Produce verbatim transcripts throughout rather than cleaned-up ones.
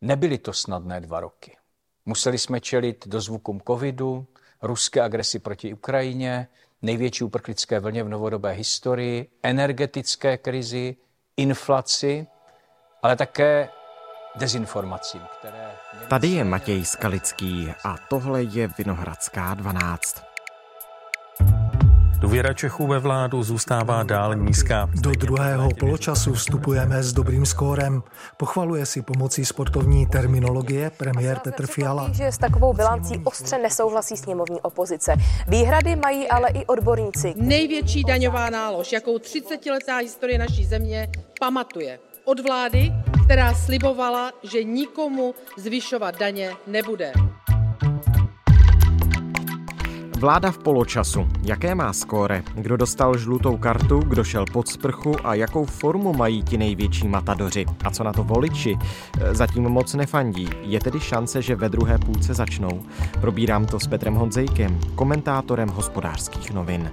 Nebyly to snadné dva roky. Museli jsme čelit dozvukům covidu, ruské agresi proti Ukrajině, největší uprchlické vlně v novodobé historii, energetické krizi, inflaci, ale také dezinformacím, které... Tady je Matěj Skalický a tohle je Vinohradská dvanáct. Důvěra Čechů ve vládu zůstává dál nízká. Do druhého poločasu vstupujeme s dobrým skórem. Pochvaluje si pomocí sportovní terminologie premiér Petr Fiala. Že s takovou bilancí ostře nesouhlasí sněmovní opozice. Výhrady mají ale i odborníci. Největší daňová nálož, jakou třicetiletá historie naší země pamatuje. Od vlády, která slibovala, že nikomu zvyšovat daně nebude. Vláda v poločasu. Jaké má skóre? Kdo dostal žlutou kartu, kdo šel pod sprchu a jakou formu mají ti největší matadoři? A co na to voliči? Zatím moc nefandí. Je tedy šance, že ve druhé půlce začnou? Probírám to s Petrem Honzejkem, komentátorem Hospodářských novin.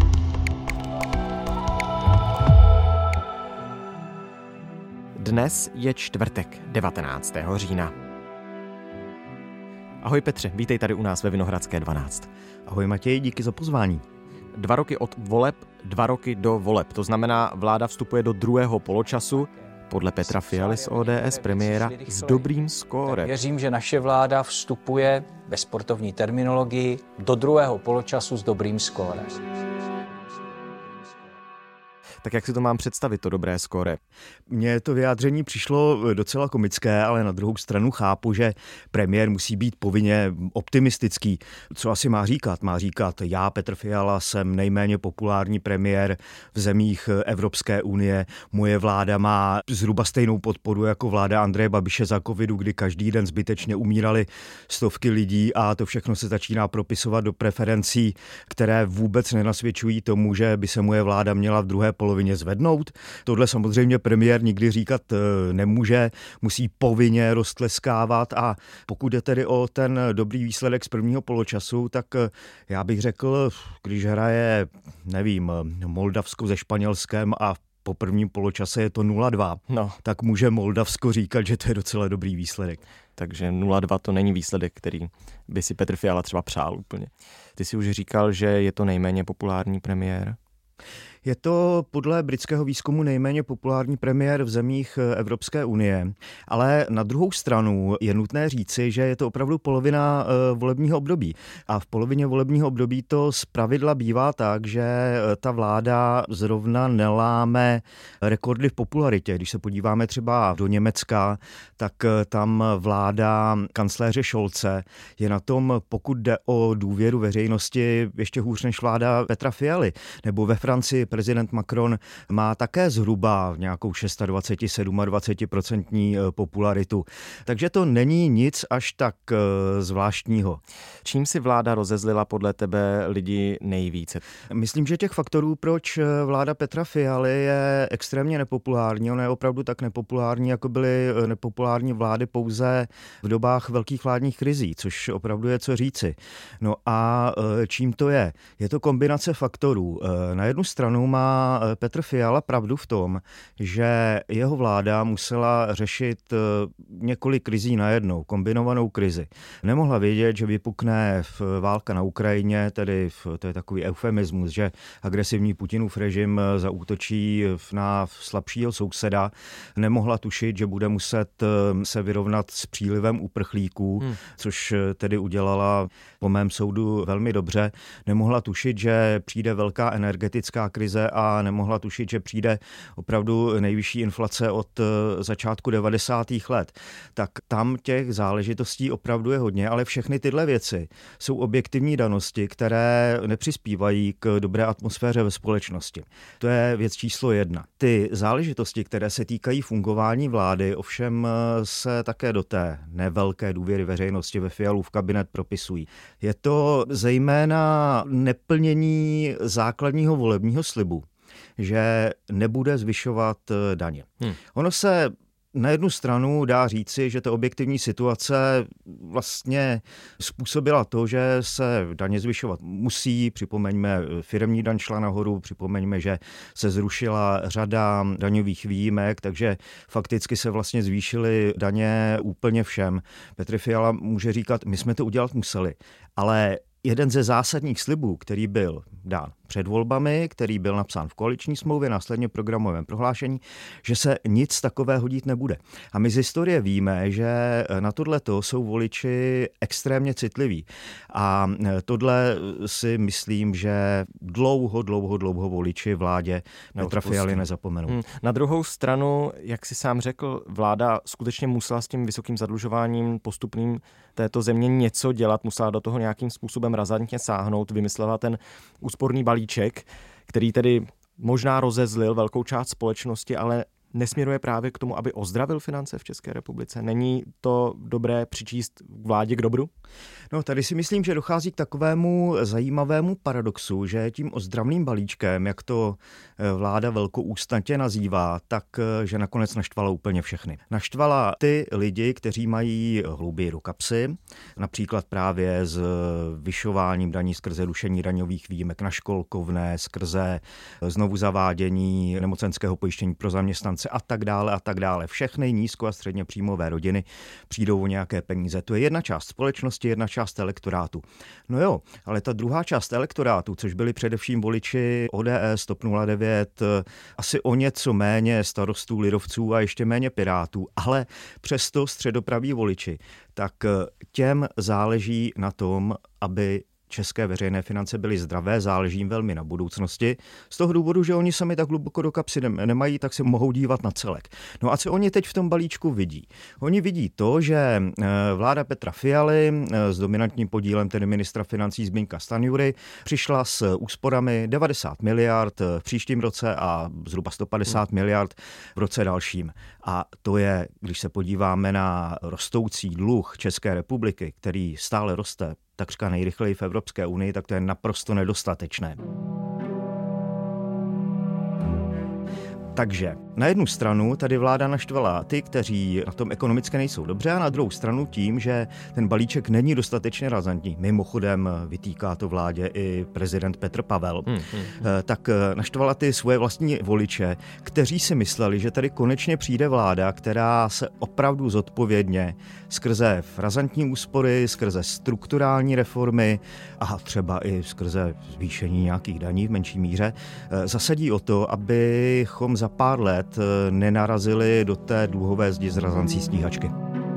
Dnes je čtvrtek, devatenáctého října. Ahoj Petře, vítej tady u nás ve Vinohradské dvanáct. Ahoj Matěj, díky za pozvání. Dva roky od voleb, dva roky do voleb. To znamená, vláda vstupuje do druhého poločasu, podle Petra Fialy z O D S premiéra, s dobrým skórem. Věřím, že naše vláda vstupuje ve sportovní terminologii do druhého poločasu s dobrým skórem. Tak jak si to mám představit, to dobré skóre? Mně to vyjádření přišlo docela komické, ale na druhou stranu chápu, že premiér musí být povinně optimistický. Co asi má říkat? Má říkat, já, Petr Fiala, jsem nejméně populární premiér v zemích Evropské unie. Moje vláda má zhruba stejnou podporu jako vláda Andreje Babiše za covidu, kdy každý den zbytečně umírali stovky lidí a to všechno se začíná propisovat do preferencí, které vůbec nenasvědčují tomu, že by se moje vláda měla v druhé polovině zvednout. Tohle samozřejmě premiér nikdy říkat nemůže, musí povinně roztleskávat a pokud je tedy o ten dobrý výsledek z prvního poločasu, tak já bych řekl, když hraje, nevím, Moldavsko se Španělskem a po prvním poločase je to nula dva, no. Tak může Moldavsko říkat, že to je docela dobrý výsledek. Takže nula dva to není výsledek, který by si Petr Fiala třeba přál úplně. Ty si už říkal, že je to nejméně populární premiér. Je to podle britského výzkumu nejméně populární premiér v zemích Evropské unie, ale na druhou stranu je nutné říci, že je to opravdu polovina volebního období. A v polovině volebního období to zpravidla bývá tak, že ta vláda zrovna neláme rekordy v popularitě. Když se podíváme třeba do Německa, tak tam vláda kancléře Scholze je na tom, pokud jde o důvěru veřejnosti, ještě hůř než vláda Petra Fialy. Nebo ve Francii prezident Macron má také zhruba nějakou dvacet šest, dvacet sedm procent popularitu. Takže to není nic až tak zvláštního. Čím si vláda rozezlila podle tebe lidi nejvíce? Myslím, že těch faktorů, proč vláda Petra Fialy je extrémně nepopulární, ona je opravdu tak nepopulární, jako byly nepopulární vlády pouze v dobách velkých vládních krizí, což opravdu je co říci. No a čím to je? Je to kombinace faktorů. Na jednu stranu má Petr Fiala pravdu v tom, že jeho vláda musela řešit několik krizí najednou, kombinovanou krizi. Nemohla vědět, že vypukne válka na Ukrajině, tedy to je takový eufemismus, že agresivní Putinův režim zaútočí na slabšího souseda. Nemohla tušit, že bude muset se vyrovnat s přílivem uprchlíků, hmm. což tedy udělala po mém soudu velmi dobře. Nemohla tušit, že přijde velká energetická krize a nemohla tušit, že přijde opravdu nejvyšší inflace od začátku devadesátých let. Tak tam těch záležitostí opravdu je hodně, ale všechny tyhle věci jsou objektivní danosti, které nepřispívají k dobré atmosféře ve společnosti. To je věc číslo jedna. Ty záležitosti, které se týkají fungování vlády, ovšem se také do té nevelké důvěry veřejnosti ve Fialův kabinet propisují. Je to zejména neplnění základního volebního slibu, že nebude zvyšovat daně. Hmm. Ono se Na jednu stranu dá říci, že ta objektivní situace vlastně způsobila to, že se daně zvyšovat musí. Připomeňme, firemní daň šla nahoru, připomeňme, že se zrušila řada daňových výjimek, takže fakticky se vlastně zvýšily daně úplně všem. Petr Fiala může říkat, my jsme to udělat museli, ale jeden ze zásadních slibů, který byl dán před volbami, který byl napsán v koaliční smlouvě, následně v programovém prohlášení, že se nic takového dít nebude. A my z historie víme, že na tohleto jsou voliči extrémně citliví. A tohle si myslím, že dlouho, dlouho, dlouho voliči vládě Petra Fialy nezapomenou. Hmm. Na druhou stranu, jak si sám řekl, vláda skutečně musela s tím vysokým zadlužováním postupným této země něco dělat, musela do toho nějakým způsobem razantně sáhnout, vymyslela ten úsporný balíček, který tedy možná rozezlil velkou část společnosti, ale nesměruje právě k tomu, aby ozdravil finance v České republice. Není to dobré přičíst vládě k dobru? No, tady si myslím, že dochází k takovému zajímavému paradoxu, že tím ozdravným balíčkem, jak to vláda velkoústnatě nazývá, tak že nakonec naštvala úplně všechny. Naštvala ty lidi, kteří mají hlouběji do kapsy, například právě s vyšováním daní skrze rušení daňových výjimek na školkovné, skrze znovu zavádění nemocenského pojištění pro zaměstnance a tak dále a tak dále. Všechny nízko- a středně příjmové rodiny přijdou o nějaké peníze. To je jedna část společnosti, jedna část elektorátu. No jo, ale ta druhá část elektorátu, což byli především voliči O D S, TOP nula devět, asi o něco méně starostů, lidovců a ještě méně pirátů, ale přesto středopraví voliči, tak těm záleží na tom, aby české veřejné finance byly zdravé, záleží jim velmi na budoucnosti. Z toho důvodu, že oni sami tak hluboko do kapsy nemají, tak se mohou dívat na celek. No a co oni teď v tom balíčku vidí? Oni vidí to, že vláda Petra Fialy s dominantním podílem tedy ministra financí Zbyňka Stanjury přišla s úsporami devadesát miliard v příštím roce a zhruba sto padesát miliard v roce dalším. A to je, když se podíváme na rostoucí dluh České republiky, který stále roste takřka nejrychleji v Evropské unii, tak to je naprosto nedostatečné. Takže na jednu stranu tady vláda naštvala ty, kteří na tom ekonomicky nejsou dobře, a na druhou stranu tím, že ten balíček není dostatečně razantní. Mimochodem vytýká to vládě i prezident Petr Pavel. Hmm, hmm, hmm. Tak naštvala ty svoje vlastní voliče, kteří si mysleli, že tady konečně přijde vláda, která se opravdu zodpovědně skrze razantní úspory, skrze strukturální reformy a třeba i skrze zvýšení nějakých daní v menší míře zasadí o to, abychom za pár let nenarazili do té dluhové zdi z razancí stíhačky.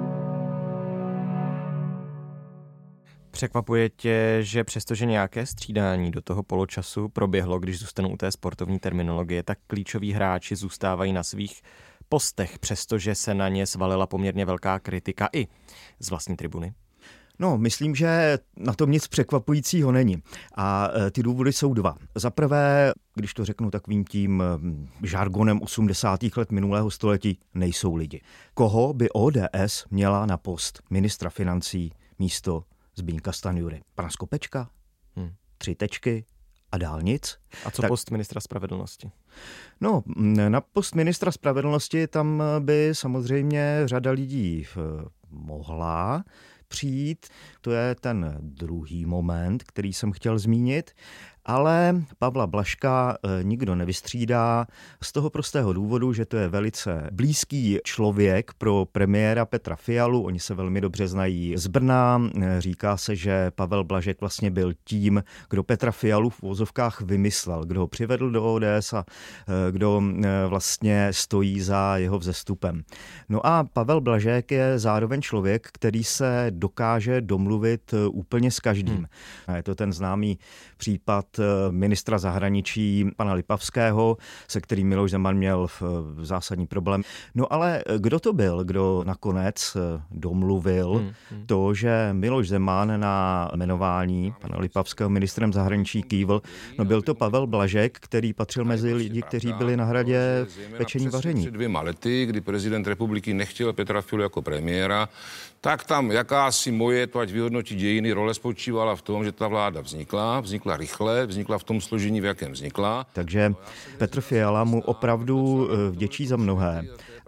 Překvapuje tě, že přestože nějaké střídání do toho poločasu proběhlo, když zůstanu u té sportovní terminologie, tak klíčoví hráči zůstávají na svých postech, přestože se na ně svalila poměrně velká kritika i z vlastní tribuny? No, myslím, že na tom nic překvapujícího není. A ty důvody jsou dva. Za prvé, když to řeknu takovým tím žargonem osmdesátých let minulého století, nejsou lidi. Koho by O D S měla na post ministra financí místo Zbyňka Stanjury? Pana Skopečka? Hmm. Tři tečky? A dál nic? A co tak, post ministra spravedlnosti? No, na post ministra spravedlnosti tam by samozřejmě řada lidí mohla přijít. To je ten druhý moment, který jsem chtěl zmínit. Ale Pavla Blažka nikdo nevystřídá z toho prostého důvodu, že to je velice blízký člověk pro premiéra Petra Fialu. Oni se velmi dobře znají z Brna. Říká se, že Pavel Blažek vlastně byl tím, kdo Petra Fialu v uvozovkách vymyslel, kdo ho přivedl do O D S a kdo vlastně stojí za jeho vzestupem. No a Pavel Blažek je zároveň člověk, který se dokáže domluvit úplně s každým. Hmm. Je to ten známý případ ministra zahraničí pana Lipavského, se kterým Miloš Zeman měl zásadní problém. No ale kdo to byl, kdo nakonec domluvil hmm, hmm. to, že Miloš Zeman na jmenování pana Lipavského ministrem zahraničí kývl? No byl to Pavel Blažek, který patřil mezi lidi, kteří byli na Hradě pečení vaření. Před dvěma lety, kdy prezident republiky nechtěl Petra Fialu jako premiéra, tak tam jakási moje, to ať vyhodnotí dějiny, role spočívala v tom, že ta vláda vznikla, vznikla rychle, vznikla v tom složení, v jakém vznikla. Takže Petr Fiala mu opravdu vděčí za mnohé.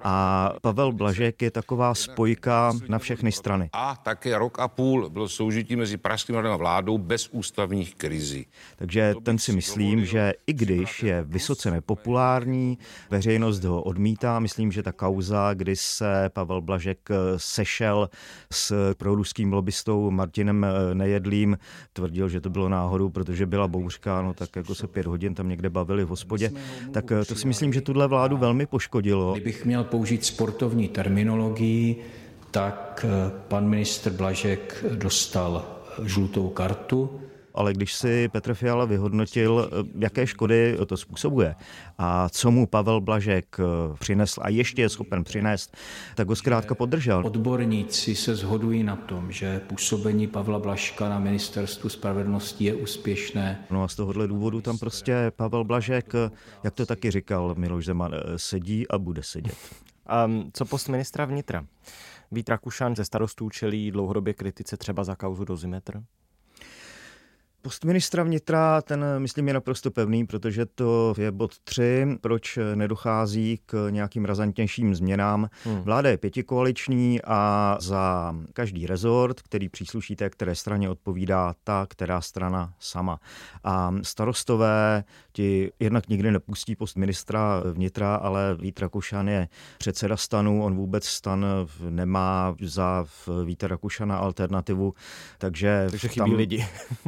A Pavel Blažek je taková spojka na všechny strany. A také rok a půl bylo soužití mezi Pražským hradem a vládou bez ústavních krizí. Takže ten si myslím, že i když je vysoce nepopulární, veřejnost ho odmítá. Myslím, že ta kauza, kdy se Pavel Blažek sešel s proruským lobbystou Martinem Nejedlým, tvrdil, že to bylo náhodou, protože byla bouřka, no tak jako se pět hodin tam někde bavili v hospodě, tak to si myslím, že tuhle vládu velmi poškodilo. Kdybych měl použít sportovní terminologii, tak pan ministr Blažek dostal žlutou kartu. Ale když si Petr Fiala vyhodnotil, jaké škody to způsobuje a co mu Pavel Blažek přinesl a ještě je schopen přinést, tak ho zkrátka podržel. Odborníci se shodují na tom, že působení Pavla Blažka na ministerstvu spravedlnosti je úspěšné. No a z tohohle důvodu tam prostě Pavel Blažek, jak to taky říkal Miloš Zeman, sedí a bude sedět. A co post ministra vnitra? Vít Rakušan ze Starostů čelí dlouhodobě kritice třeba za kauzu Dozimetr? Post ministra vnitra, ten myslím je naprosto pevný, protože to je bod tři, proč nedochází k nějakým razantnějším změnám. Hmm. Vláda je pětikoaliční a za každý rezort, který přísluší té, které straně odpovídá ta, která strana sama. A Starostové ti jednak nikdy nepustí post ministra vnitra, ale Vít Rakušan je předseda STANu, on vůbec STAN nemá za Víta Rakušana alternativu, takže, takže chybí tam lidi.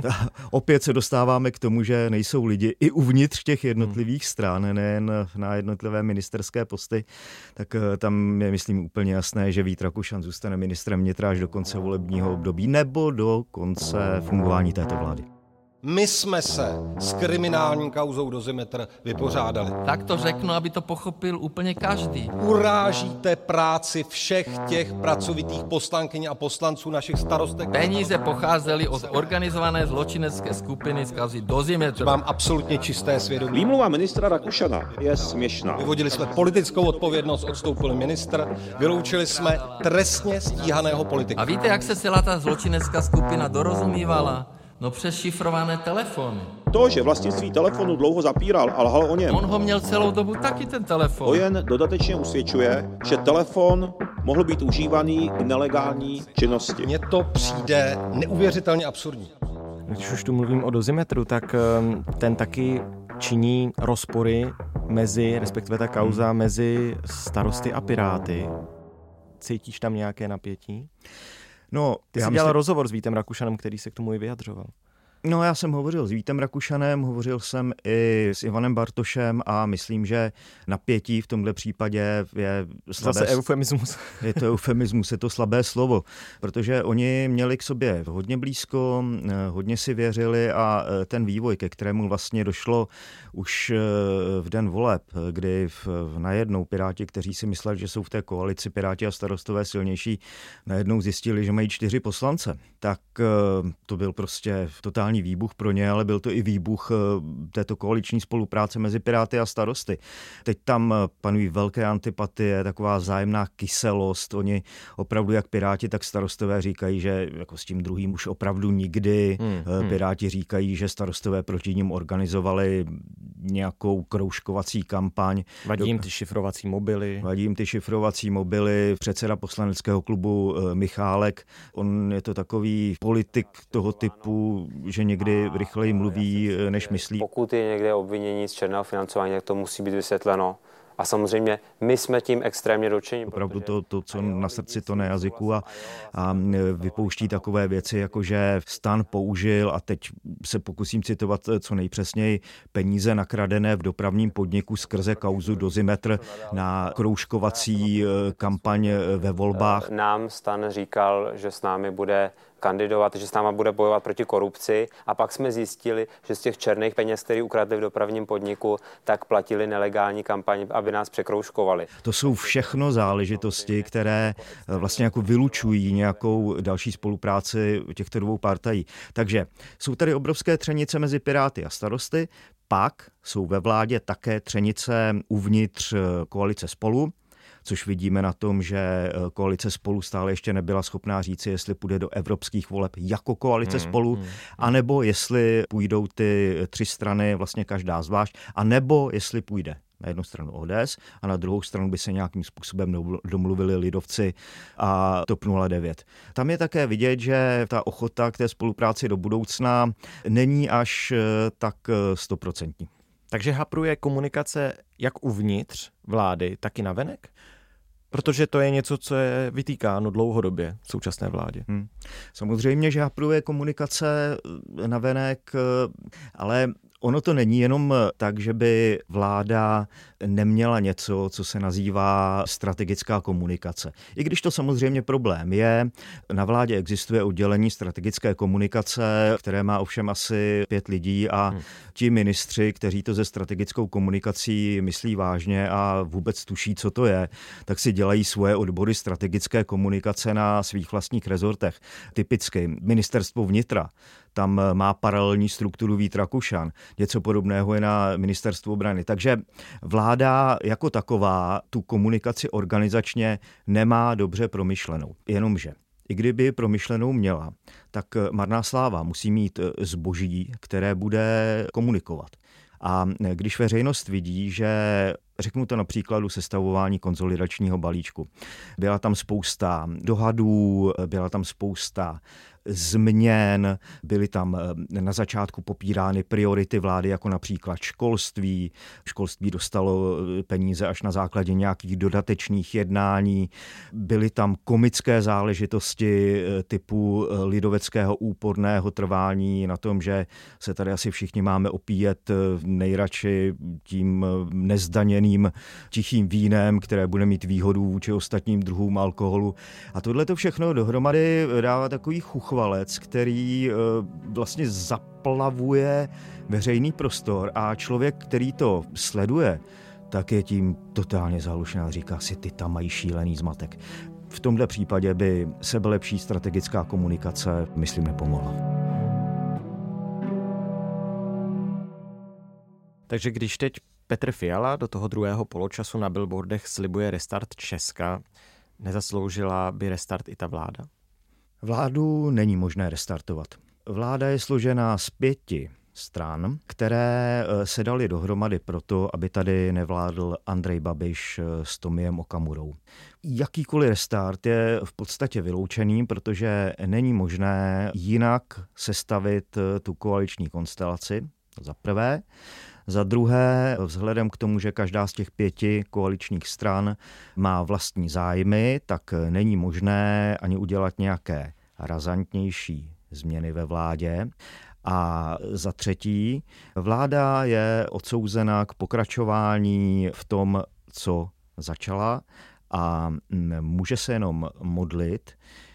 Opět se dostáváme k tomu, že nejsou lidi i uvnitř těch jednotlivých stran, nejen na jednotlivé ministerské posty, tak tam je, myslím, úplně jasné, že Vít Rakušan zůstane ministrem vnitra až do konce volebního období nebo do konce fungování této vlády. My jsme se s kriminální kauzou Dozimetr vypořádali. Tak to řeknu, aby to pochopil úplně každý. Urážíte práci všech těch pracovitých poslankyň a poslanců našich starostek. Peníze pocházely od organizované zločinecké skupiny z kauzy Dozimetr. Mám absolutně čisté svědomí. Výmluva ministra Rakušana je směšná. Vyvodili jsme politickou odpovědnost, odstoupil ministr, vyloučili jsme trestně stíhaného politika. A víte, jak se celá ta zločinecká skupina dorozumívala? No přes šifrované telefony. To, že vlastnictví telefonu dlouho zapíral a lhal o něm. On ho měl celou dobu taky, ten telefon. To jen dodatečně usvědčuje, že telefon mohl být užívaný k nelegální činnosti. Mně to přijde neuvěřitelně absurdní. Když už tu mluvím o Dozimetru, tak ten taky činí rozpory mezi, respektive ta kauza mezi Starosty a Piráty. Cítíš tam nějaké napětí? No, ty jsi dělal rozhovor s Vítem Rakušanem, který se k tomu i vyjadřoval. No, já jsem hovořil s Vítem Rakušanem, hovořil jsem i s Ivanem Bartošem a myslím, že napětí v tomhle případě je slabé. Zase eufemismus. Je to eufemismus, je to slabé slovo, protože oni měli k sobě hodně blízko, hodně si věřili a ten vývoj, ke kterému vlastně došlo už v den voleb, kdy najednou Piráti, kteří si mysleli, že jsou v té koalici Piráti a Starostové silnější, najednou zjistili, že mají čtyři poslance. Tak to byl prostě totální výbuch pro ně, ale byl to i výbuch této koaliční spolupráce mezi Piráty a Starosty. Teď tam panují velké antipatie, taková vzájemná kyselost. Oni opravdu jak Piráti, tak Starostové říkají, že jako s tím druhým už opravdu nikdy. Hmm, Piráti říkají, že Starostové proti nim organizovali nějakou kroužkovací kampaň. Vadí jim ty šifrovací mobily. Vadí jim ty šifrovací mobily. Předseda poslaneckého klubu Michálek, on je to takový politik toho typu, že někdy rychleji mluví, než myslí. Pokud je někde obvinění z černého financování, tak to musí být vysvětleno. A samozřejmě my jsme tím extrémně dotčeni. Opravdu to, to, co na srdci, to na jazyku a, a vypouští takové věci, jako že STAN použil, a teď se pokusím citovat co nejpřesněji, peníze nakradené v dopravním podniku skrze kauzu Dozimetr na kroužkovací kampaň ve volbách. Nám STAN říkal, že s námi bude kandidovat, že s náma bude bojovat proti korupci, a pak jsme zjistili, že z těch černých peněz, které ukradli v dopravním podniku, tak platili nelegální kampaň, aby nás překroužkovali. To jsou všechno záležitosti, které vlastně jako vylučují nějakou další spolupráci těchto dvou partají. Takže jsou tady obrovské třenice mezi Piráty a Starosty, pak jsou ve vládě také třenice uvnitř koalice Spolu, což vidíme na tom, že koalice Spolu stále ještě nebyla schopná říci, jestli půjde do evropských voleb jako koalice hmm, Spolu, hmm. anebo jestli půjdou ty tři strany, vlastně každá zvlášť, anebo jestli půjde na jednu stranu O D S a na druhou stranu by se nějakým způsobem domluvili lidovci a TOP nula devět. Tam je také vidět, že ta ochota k té spolupráci do budoucna není až tak stoprocentní. Takže hapruje komunikace jak uvnitř vlády, tak i navenek? Protože to je něco, co je vytýkáno dlouhodobě v současné vládě. Hmm. Samozřejmě, že hapruje komunikace navenek, ale ono to není jenom tak, že by vláda neměla něco, co se nazývá strategická komunikace. I když to samozřejmě problém je, na vládě existuje oddělení strategické komunikace, které má ovšem asi pět lidí a hmm. ti ministři, kteří to se strategickou komunikací myslí vážně a vůbec tuší, co to je, tak si dělají svoje odbory strategické komunikace na svých vlastních rezortech. Typicky ministerstvo vnitra. Tam má paralelní strukturu Vít Rakušan. Něco podobného je na ministerstvu obrany. Takže vláda jako taková tu komunikaci organizačně nemá dobře promyšlenou. Jenomže i kdyby promyšlenou měla, tak marná sláva musí mít zboží, které bude komunikovat. A když veřejnost vidí, že řeknu to na příkladu sestavování konsolidačního balíčku. Byla tam spousta dohadů, byla tam spousta změn, byly tam na začátku popírány priority vlády, jako například školství. Školství dostalo peníze až na základě nějakých dodatečných jednání. Byly tam komické záležitosti typu lidoveckého úporného trvání na tom, že se tady asi všichni máme opíjet nejradši tím nezdaněným tichým vínem, které bude mít výhodu vůči ostatním druhům alkoholu. A tohle to všechno dohromady dává takový chuchvalec, který vlastně zaplavuje veřejný prostor a člověk, který to sleduje, tak je tím totálně zahlušený a říká si, ty tam mají šílený zmatek. V tomhle případě by sebelepší strategická komunikace, myslím, nepomohla. Takže když teď Petr Fiala do toho druhého poločasu na billboardech slibuje restart Česka, nezasloužila by restart i ta vláda? Vládu není možné restartovat. Vláda je složená z pěti stran, které se daly dohromady proto, aby tady nevládl Andrej Babiš s Tomiem Okamurou. Jakýkoliv restart je v podstatě vyloučený, protože není možné jinak sestavit tu koaliční konstelaci, za prvé. Za druhé, vzhledem k tomu, že každá z těch pěti koaličních stran má vlastní zájmy, tak není možné ani udělat nějaké razantnější změny ve vládě. A za třetí, vláda je odsouzena k pokračování v tom, co začala a může se jenom modlit,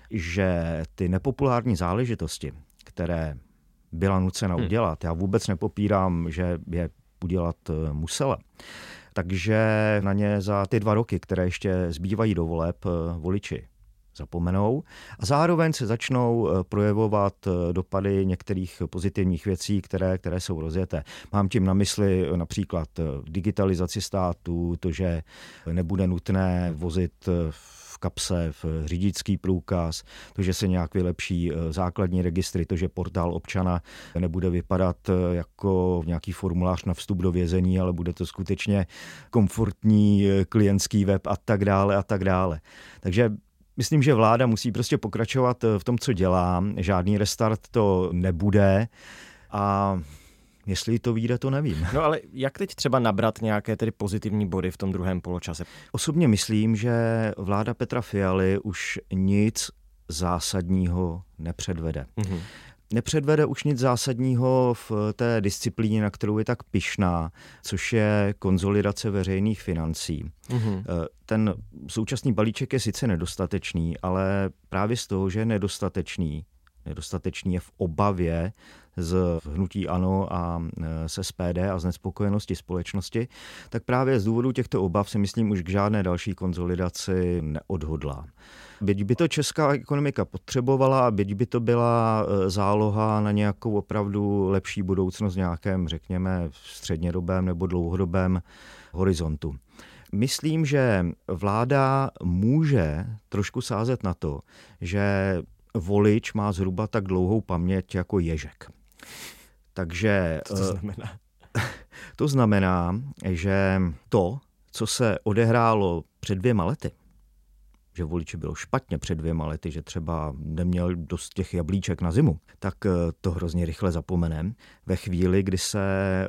že ty nepopulární záležitosti, které byla nucena hmm. udělat, já vůbec nepopírám, že je udělat musela, takže na ně za ty dva roky, které ještě zbývají do voleb, voliči zapomenou a zároveň se začnou projevovat dopady některých pozitivních věcí, které, které jsou rozjeté. Mám tím na mysli například digitalizaci státu, to, že nebude nutné vozit v kapse v řidičský průkaz, to, že se nějak vylepší základní registry, to, že portál občana nebude vypadat jako nějaký formulář na vstup do vězení, ale bude to skutečně komfortní klientský web a tak dále a tak dále. Takže myslím, že vláda musí prostě pokračovat v tom, co dělá. Žádný restart to nebude a jestli to vyjde, to nevím. No ale jak teď třeba nabrat nějaké tedy pozitivní body v tom druhém poločase? Osobně myslím, že vláda Petra Fialy už nic zásadního nepředvede. Mm-hmm. Nepředvede už nic zásadního v té disciplíně, na kterou je tak pyšná, což je konsolidace veřejných financí. Mm-hmm. Ten současný balíček je sice nedostatečný, ale právě z toho, že je nedostatečný, nedostatečný je v obavě z hnutí ANO a z S P D a z nespokojenosti společnosti, tak právě z důvodu těchto obav si myslím už k žádné další konsolidaci neodhodlá. Byť by to česká ekonomika potřebovala a byť by to byla záloha na nějakou opravdu lepší budoucnost v nějakém, řekněme, střednědobém nebo dlouhodobém horizontu. Myslím, že vláda může trošku sázet na to, že volič má zhruba tak dlouhou paměť jako ježek. Takže Co to znamená? To znamená, že to, co se odehrálo před dvěma lety, že voliči bylo špatně před dvěma lety, že třeba neměl dost těch jablíček na zimu, tak to hrozně rychle zapomenem ve chvíli, kdy se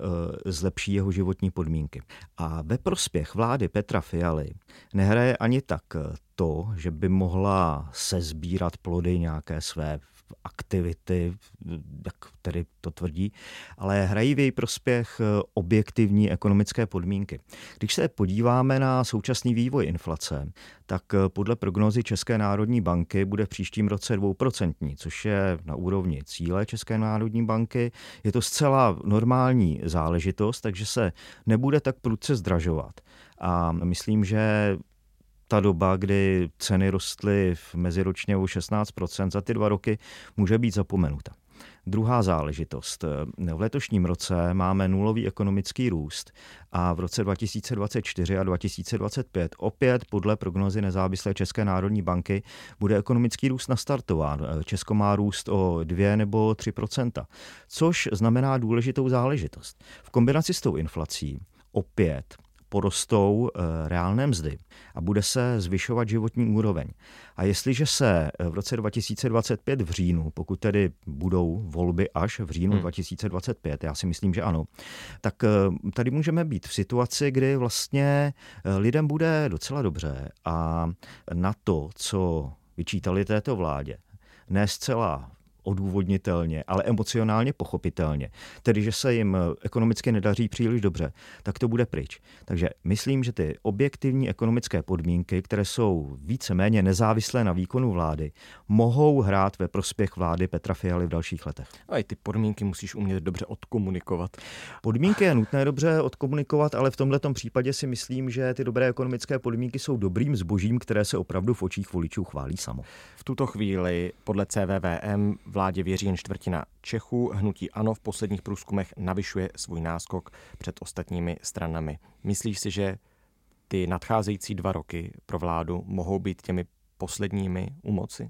zlepší jeho životní podmínky. A ve prospěch vlády Petra Fialy nehraje ani tak to, že by mohla sesbírat plody nějaké své aktivity, jak tedy to tvrdí, ale hrají v její prospěch objektivní ekonomické podmínky. Když se podíváme na současný vývoj inflace, tak podle prognózy České národní banky bude v příštím roce dvouprocentní, což je na úrovni cíle České národní banky. Je to zcela normální záležitost, takže se nebude tak prudce zdražovat. A myslím, že ta doba, kdy ceny rostly meziročně o šestnáct procent za ty dva roky, může být zapomenuta. Druhá záležitost. V letošním roce máme nulový ekonomický růst a v roce dva tisíce dvacet čtyři a dva tisíce dvacet pět opět podle prognózy nezávislé České národní banky bude ekonomický růst nastartován. Česko má růst o dvě nebo tři procenta, což znamená důležitou záležitost. V kombinaci s tou inflací opět porostou reálné mzdy a bude se zvyšovat životní úroveň. A jestliže se v roce dva tisíce dvacet pět v říjnu, pokud tedy budou volby až v říjnu hmm. dva tisíce dvacet pět, já si myslím, že ano, tak tady můžeme být v situaci, kdy vlastně lidem bude docela dobře a na to, co vyčítali této vládě, ne zcela odůvodnitelně, ale emocionálně pochopitelně, tedy že se jim ekonomicky nedaří příliš dobře, tak to bude pryč. Takže myslím, že ty objektivní ekonomické podmínky, které jsou víceméně nezávislé na výkonu vlády, mohou hrát ve prospěch vlády Petra Fialy v dalších letech. A i ty podmínky musíš umět dobře odkomunikovat. Podmínky je nutné dobře odkomunikovat, ale v tomhletom případě si myslím, že ty dobré ekonomické podmínky jsou dobrým zbožím, které se opravdu v očích voličů chválí samo. V tuto chvíli podle C V V M vládě věří jen čtvrtina Čechů. Hnutí ANO v posledních průzkumech navyšuje svůj náskok před ostatními stranami. Myslíš si, že ty nadcházející dva roky pro vládu mohou být těmi posledními u moci?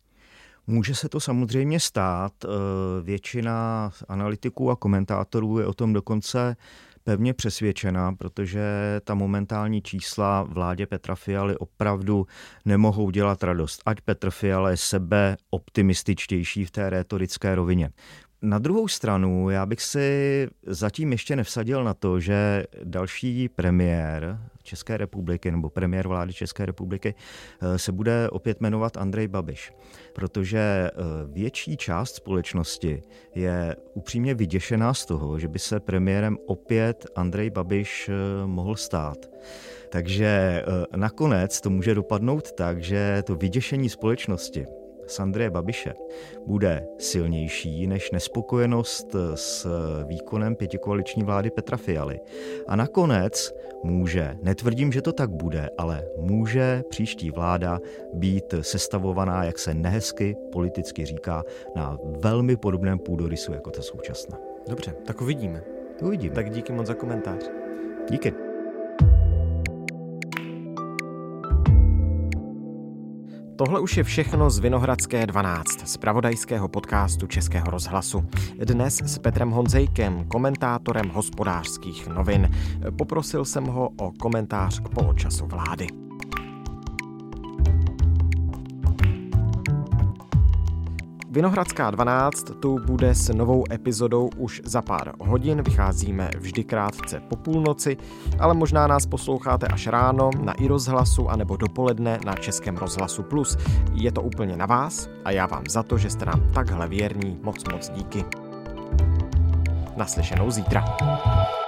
Může se to samozřejmě stát. Většina analytiků a komentátorů je o tom dokonce pevně přesvědčena, protože ta momentální čísla vládě Petra Fialy opravdu nemohou dělat radost. Ať Petr Fiala je sebe optimističtější v té rétorické rovině. Na druhou stranu, já bych si zatím ještě nevsadil na to, že další premiér České republiky nebo premiér vlády České republiky se bude opět jmenovat Andrej Babiš, protože větší část společnosti je upřímně vyděšená z toho, že by se premiérem opět Andrej Babiš mohl stát. Takže nakonec to může dopadnout tak, že to vyděšení společnosti z Andreje Babiše bude silnější než nespokojenost s výkonem pětikoaliční vlády Petra Fialy. A nakonec může, netvrdím, že to tak bude, ale může příští vláda být sestavovaná, jak se nehezky politicky říká, na velmi podobném půdorysu jako ta současná. Dobře, tak uvidíme. To uvidíme. Tak díky moc za komentář. Díky. Tohle už je všechno z Vinohradské dvanáct, zpravodajského podcastu Českého rozhlasu. Dnes s Petrem Honzejkem, komentátorem Hospodářských novin. Poprosil jsem ho o komentář k poločasu vlády. Vinohradská dvanáct tu bude s novou epizodou už za pár hodin, vycházíme vždy krátce po půlnoci, ale možná nás posloucháte až ráno na iRozhlasu anebo dopoledne na Českém rozhlasu Plus. Je to úplně na vás a já vám za to, že jste nám takhle věrní, moc moc díky. Naslyšenou zítra.